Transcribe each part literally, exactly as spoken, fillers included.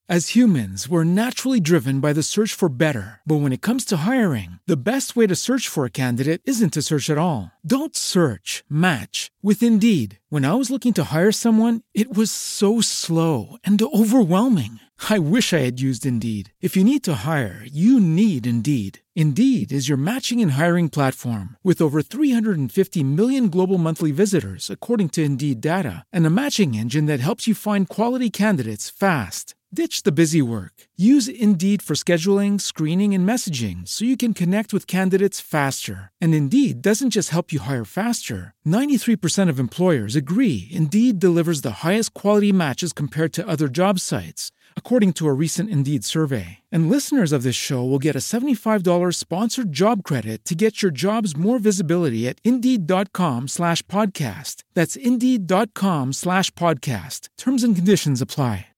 As humans, we're naturally driven by the search for better. But when it comes to hiring, the best way to search for a candidate isn't to search at all. Don't search, match with Indeed. When I was looking to hire someone, it was so slow and overwhelming. I wish I had used Indeed. If you need to hire, you need Indeed. Indeed is your matching and hiring platform with over three hundred fifty million global monthly visitors, according to Indeed data, and a matching engine that helps you find quality candidates fast. Ditch the busy work. Use Indeed for scheduling, screening, and messaging so you can connect with candidates faster. And Indeed doesn't just help you hire faster. ninety-three percent of employers agree Indeed delivers the highest quality matches compared to other job sites, according to a recent Indeed survey. And listeners of this show will get a seventy-five dollars sponsored job credit to get your jobs more visibility at Indeed.com slash podcast. That's Indeed.com slash podcast. Terms and conditions apply.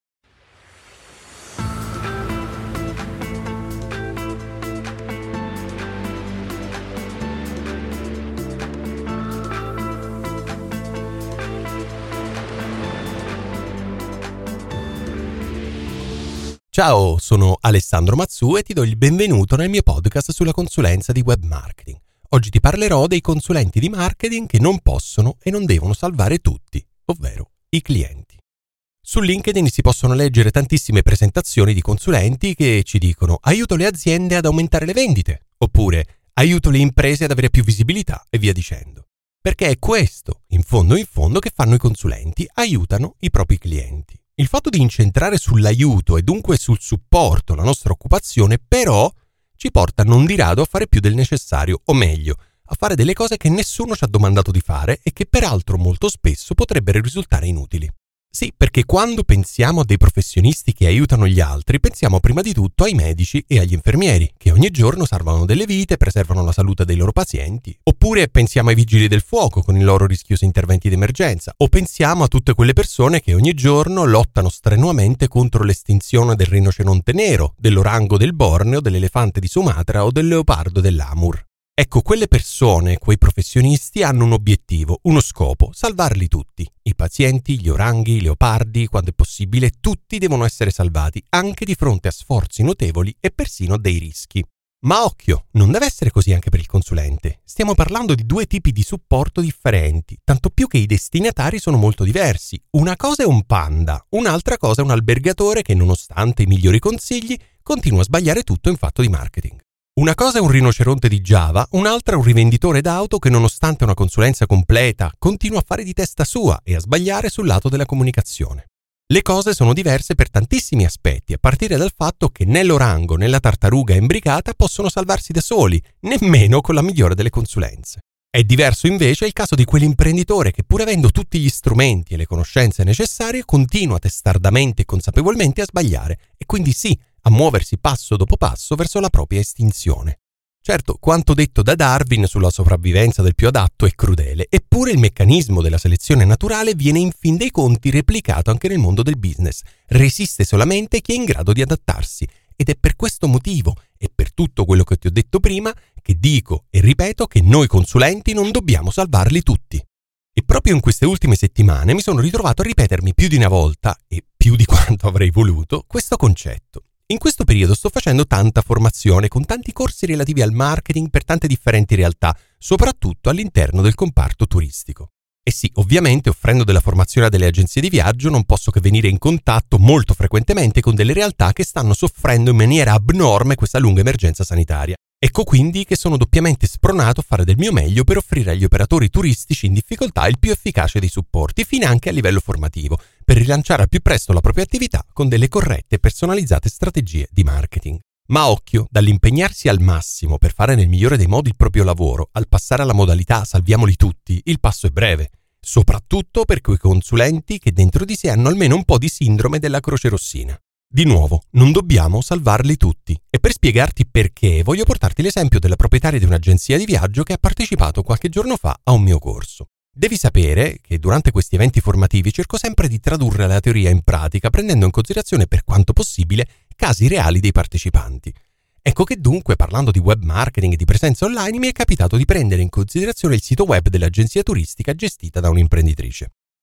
Ciao, sono Alessandro Mazzu e ti do il benvenuto nel mio podcast sulla consulenza di web marketing. Oggi ti parlerò dei consulenti di marketing che non possono e non devono salvare tutti, ovvero i clienti. Su LinkedIn si possono leggere tantissime presentazioni di consulenti che ci dicono aiuto le aziende ad aumentare le vendite, oppure aiuto le imprese ad avere più visibilità e via dicendo. Perché è questo, in fondo in fondo, che fanno i consulenti, aiutano i propri clienti. Il fatto di incentrare sull'aiuto e dunque sul supporto la nostra occupazione, però, ci porta non di rado a fare più del necessario, o meglio, a fare delle cose che nessuno ci ha domandato di fare e che peraltro molto spesso potrebbero risultare inutili. Sì, perché quando pensiamo a dei professionisti che aiutano gli altri, pensiamo prima di tutto ai medici e agli infermieri, che ogni giorno salvano delle vite, preservano la salute dei loro pazienti. Oppure pensiamo ai vigili del fuoco con i loro rischiosi interventi d'emergenza. O pensiamo a tutte quelle persone che ogni giorno lottano strenuamente contro l'estinzione del rinoceronte nero, dell'orango del Borneo, dell'elefante di Sumatra o del leopardo dell'Amur. Ecco, quelle persone, quei professionisti hanno un obiettivo, uno scopo, salvarli tutti. I pazienti, gli oranghi, i leopardi, quando è possibile, tutti devono essere salvati, anche di fronte a sforzi notevoli e persino dei rischi. Ma occhio, non deve essere così anche per il consulente. Stiamo parlando di due tipi di supporto differenti, tanto più che i destinatari sono molto diversi. Una cosa è un panda, un'altra cosa è un albergatore che, nonostante i migliori consigli, continua a sbagliare tutto in fatto di marketing. Una cosa è un rinoceronte di Java, un'altra è un rivenditore d'auto che, nonostante una consulenza completa, continua a fare di testa sua e a sbagliare sul lato della comunicazione. Le cose sono diverse per tantissimi aspetti, a partire dal fatto che né l'orango né la tartaruga imbricata possono salvarsi da soli, nemmeno con la migliore delle consulenze. È diverso invece il caso di quell'imprenditore che, pur avendo tutti gli strumenti e le conoscenze necessarie, continua testardamente e consapevolmente a sbagliare e quindi sì, a muoversi passo dopo passo verso la propria estinzione. Certo, quanto detto da Darwin sulla sopravvivenza del più adatto è crudele, eppure il meccanismo della selezione naturale viene in fin dei conti replicato anche nel mondo del business. Resiste solamente chi è in grado di adattarsi, ed è per questo motivo e per tutto quello che ti ho detto prima che dico e ripeto che noi consulenti non dobbiamo salvarli tutti. E proprio in queste ultime settimane mi sono ritrovato a ripetermi più di una volta, e più di quanto avrei voluto, questo concetto. In questo periodo sto facendo tanta formazione con tanti corsi relativi al marketing per tante differenti realtà, soprattutto all'interno del comparto turistico. E sì, ovviamente offrendo della formazione a delle agenzie di viaggio non posso che venire in contatto molto frequentemente con delle realtà che stanno soffrendo in maniera abnorme questa lunga emergenza sanitaria. Ecco quindi che sono doppiamente spronato a fare del mio meglio per offrire agli operatori turistici in difficoltà il più efficace dei supporti, fino anche a livello formativo, per rilanciare al più presto la propria attività con delle corrette e personalizzate strategie di marketing. Ma occhio, dall'impegnarsi al massimo per fare nel migliore dei modi il proprio lavoro, al passare alla modalità salviamoli tutti, il passo è breve. Soprattutto per quei consulenti che dentro di sé hanno almeno un po' di sindrome della croce rossina. Di nuovo, non dobbiamo salvarli tutti. E per spiegarti perché, voglio portarti l'esempio della proprietaria di un'agenzia di viaggio che ha partecipato qualche giorno fa a un mio corso. Devi sapere che durante questi eventi formativi cerco sempre di tradurre la teoria in pratica, prendendo in considerazione per quanto possibile casi reali dei partecipanti. Ecco che dunque, parlando di web marketing e di presenza online, mi è capitato di prendere in considerazione il sito web dell'agenzia turistica gestita da un'imprenditrice.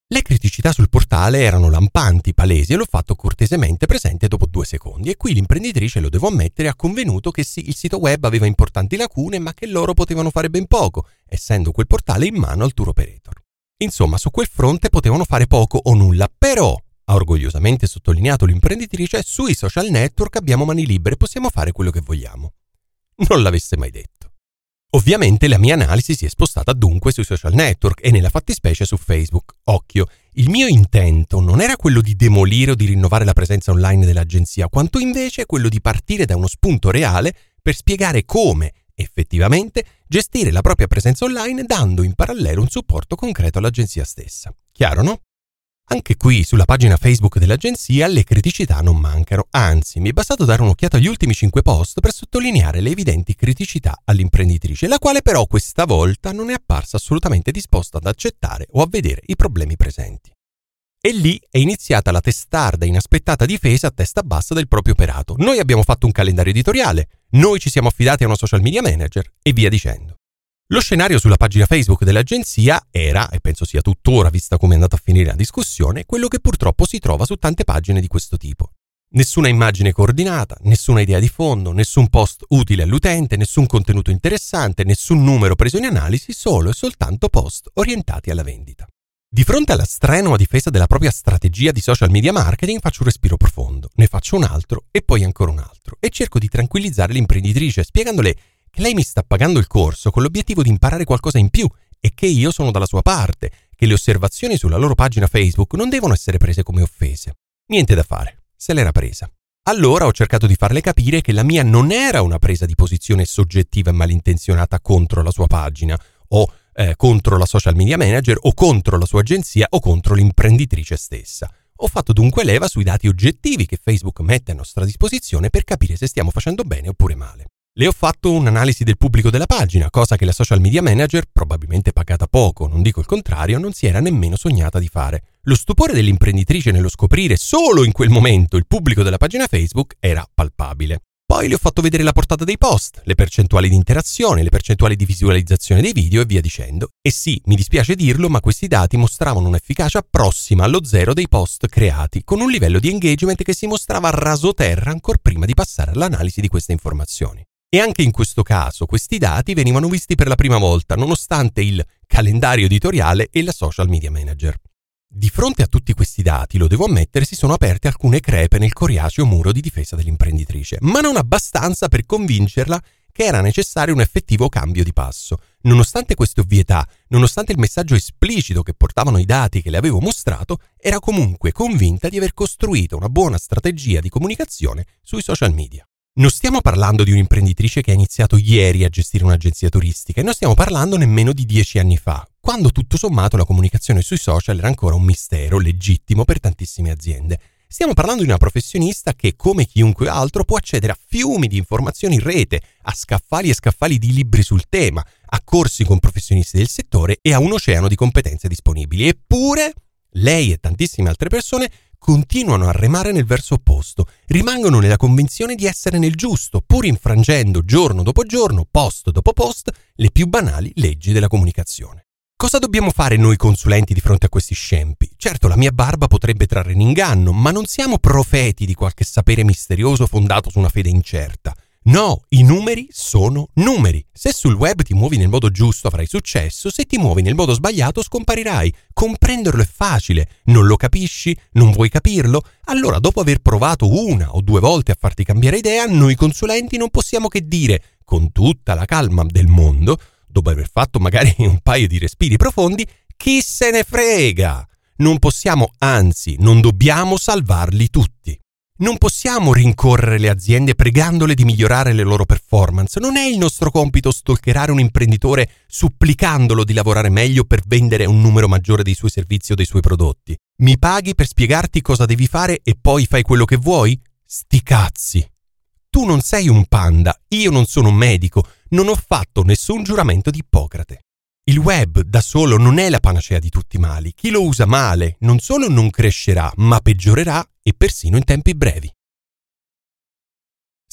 Le criticità sul portale erano lampanti, palesi e l'ho fatto cortesemente presente dopo due secondi e qui l'imprenditrice, lo devo ammettere, ha convenuto che sì, il sito web aveva importanti lacune ma che loro potevano fare ben poco, essendo quel portale in mano al tour operator. Insomma, su quel fronte potevano fare poco o nulla, però, ha orgogliosamente sottolineato l'imprenditrice, sui social network abbiamo mani libere, possiamo fare quello che vogliamo. Non l'avesse mai detto. Ovviamente la mia analisi si è spostata dunque sui social network e nella fattispecie su Facebook. Occhio, il mio intento non era quello di demolire o di rinnovare la presenza online dell'agenzia, quanto invece quello di partire da uno spunto reale per spiegare come, effettivamente, gestire la propria presenza online dando in parallelo un supporto concreto all'agenzia stessa. Chiaro, no? Anche qui, sulla pagina Facebook dell'agenzia, le criticità non mancano, anzi, mi è bastato dare un'occhiata agli ultimi cinque post per sottolineare le evidenti criticità all'imprenditrice, la quale però questa volta non è apparsa assolutamente disposta ad accettare o a vedere i problemi presenti. E lì è iniziata la testarda e inaspettata difesa a testa bassa del proprio operato. Noi abbiamo fatto un calendario editoriale, noi ci siamo affidati a una social media manager e via dicendo. Lo scenario sulla pagina Facebook dell'agenzia era, e penso sia tuttora vista come è andata a finire la discussione, quello che purtroppo si trova su tante pagine di questo tipo. Nessuna immagine coordinata, nessuna idea di fondo, nessun post utile all'utente, nessun contenuto interessante, nessun numero preso in analisi, solo e soltanto post orientati alla vendita. Di fronte alla strenua difesa della propria strategia di social media marketing faccio un respiro profondo, ne faccio un altro e poi ancora un altro e cerco di tranquillizzare l'imprenditrice spiegandole che lei mi sta pagando il corso con l'obiettivo di imparare qualcosa in più e che io sono dalla sua parte, che le osservazioni sulla loro pagina Facebook non devono essere prese come offese. Niente da fare, se l'era presa. Allora ho cercato di farle capire che la mia non era una presa di posizione soggettiva e malintenzionata contro la sua pagina o eh, contro la social media manager o contro la sua agenzia o contro l'imprenditrice stessa. Ho fatto dunque leva sui dati oggettivi che Facebook mette a nostra disposizione per capire se stiamo facendo bene oppure male. Le ho fatto un'analisi del pubblico della pagina, cosa che la social media manager, probabilmente pagata poco, non dico il contrario, non si era nemmeno sognata di fare. Lo stupore dell'imprenditrice nello scoprire solo in quel momento il pubblico della pagina Facebook era palpabile. Poi le ho fatto vedere la portata dei post, le percentuali di interazione, le percentuali di visualizzazione dei video e via dicendo. E sì, mi dispiace dirlo, ma questi dati mostravano un'efficacia prossima allo zero dei post creati, con un livello di engagement che si mostrava rasoterra ancor prima di passare all'analisi di queste informazioni. E anche in questo caso questi dati venivano visti per la prima volta, nonostante il calendario editoriale e la social media manager. Di fronte a tutti questi dati, lo devo ammettere, si sono aperte alcune crepe nel coriaceo muro di difesa dell'imprenditrice, ma non abbastanza per convincerla che era necessario un effettivo cambio di passo. Nonostante queste ovvietà, nonostante il messaggio esplicito che portavano i dati che le avevo mostrato, era comunque convinta di aver costruito una buona strategia di comunicazione sui social media. Non stiamo parlando di un'imprenditrice che ha iniziato ieri a gestire un'agenzia turistica e non stiamo parlando nemmeno di dieci anni fa, quando tutto sommato la comunicazione sui social era ancora un mistero legittimo per tantissime aziende. Stiamo parlando di una professionista che, come chiunque altro, può accedere a fiumi di informazioni in rete, a scaffali e scaffali di libri sul tema, a corsi con professionisti del settore e a un oceano di competenze disponibili. Eppure, lei e tantissime altre persone continuano a remare nel verso opposto, rimangono nella convinzione di essere nel giusto, pur infrangendo giorno dopo giorno, post dopo post, le più banali leggi della comunicazione. Cosa dobbiamo fare noi consulenti di fronte a questi scempi? Certo, la mia barba potrebbe trarre in inganno, ma non siamo profeti di qualche sapere misterioso fondato su una fede incerta. No, i numeri sono numeri. Se sul web ti muovi nel modo giusto avrai successo, se ti muovi nel modo sbagliato scomparirai. Comprenderlo è facile. Non lo capisci? Non vuoi capirlo? Allora, dopo aver provato una o due volte a farti cambiare idea, noi consulenti non possiamo che dire, con tutta la calma del mondo, dopo aver fatto magari un paio di respiri profondi, chi se ne frega? Non possiamo, anzi, non dobbiamo salvarli tutti. Non possiamo rincorrere le aziende pregandole di migliorare le loro performance. Non è il nostro compito stalkerare un imprenditore supplicandolo di lavorare meglio per vendere un numero maggiore dei suoi servizi o dei suoi prodotti. Mi paghi per spiegarti cosa devi fare e poi fai quello che vuoi? Sti cazzi! Tu non sei un panda, io non sono un medico, non ho fatto nessun giuramento di Ippocrate. Il web da solo non è la panacea di tutti i mali. Chi lo usa male non solo non crescerà, ma peggiorerà e persino in tempi brevi.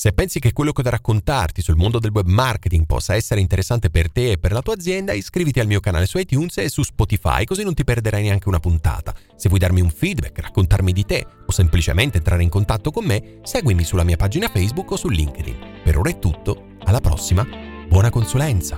Se pensi che quello che ho da raccontarti sul mondo del web marketing possa essere interessante per te e per la tua azienda, iscriviti al mio canale su iTunes e su Spotify, così non ti perderai neanche una puntata. Se vuoi darmi un feedback, raccontarmi di te o semplicemente entrare in contatto con me, seguimi sulla mia pagina Facebook o su LinkedIn. Per ora è tutto, alla prossima, buona consulenza!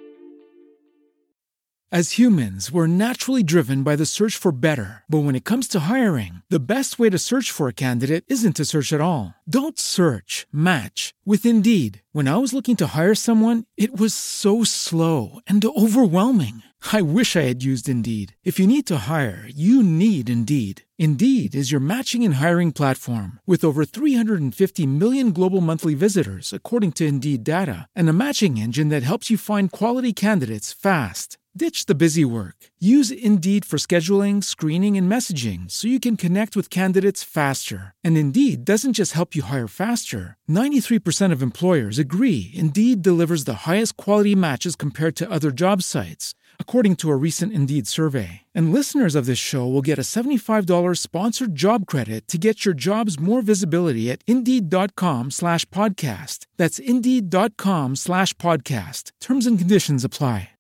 As humans, we're naturally driven by the search for better. But when it comes to hiring, the best way to search for a candidate isn't to search at all. Don't search, match with Indeed. When I was looking to hire someone, it was so slow and overwhelming. I wish I had used Indeed. If you need to hire, you need Indeed. Indeed is your matching and hiring platform with over three hundred fifty million global monthly visitors, according to Indeed data, and a matching engine that helps you find quality candidates fast. Ditch the busy work. Use Indeed for scheduling, screening, and messaging so you can connect with candidates faster. And Indeed doesn't just help you hire faster. ninety-three percent of employers agree Indeed delivers the highest quality matches compared to other job sites, according to a recent Indeed survey. And listeners of this show will get a seventy-five dollars sponsored job credit to get your jobs more visibility at Indeed.com slash podcast. That's Indeed.com slash podcast. Terms and conditions apply.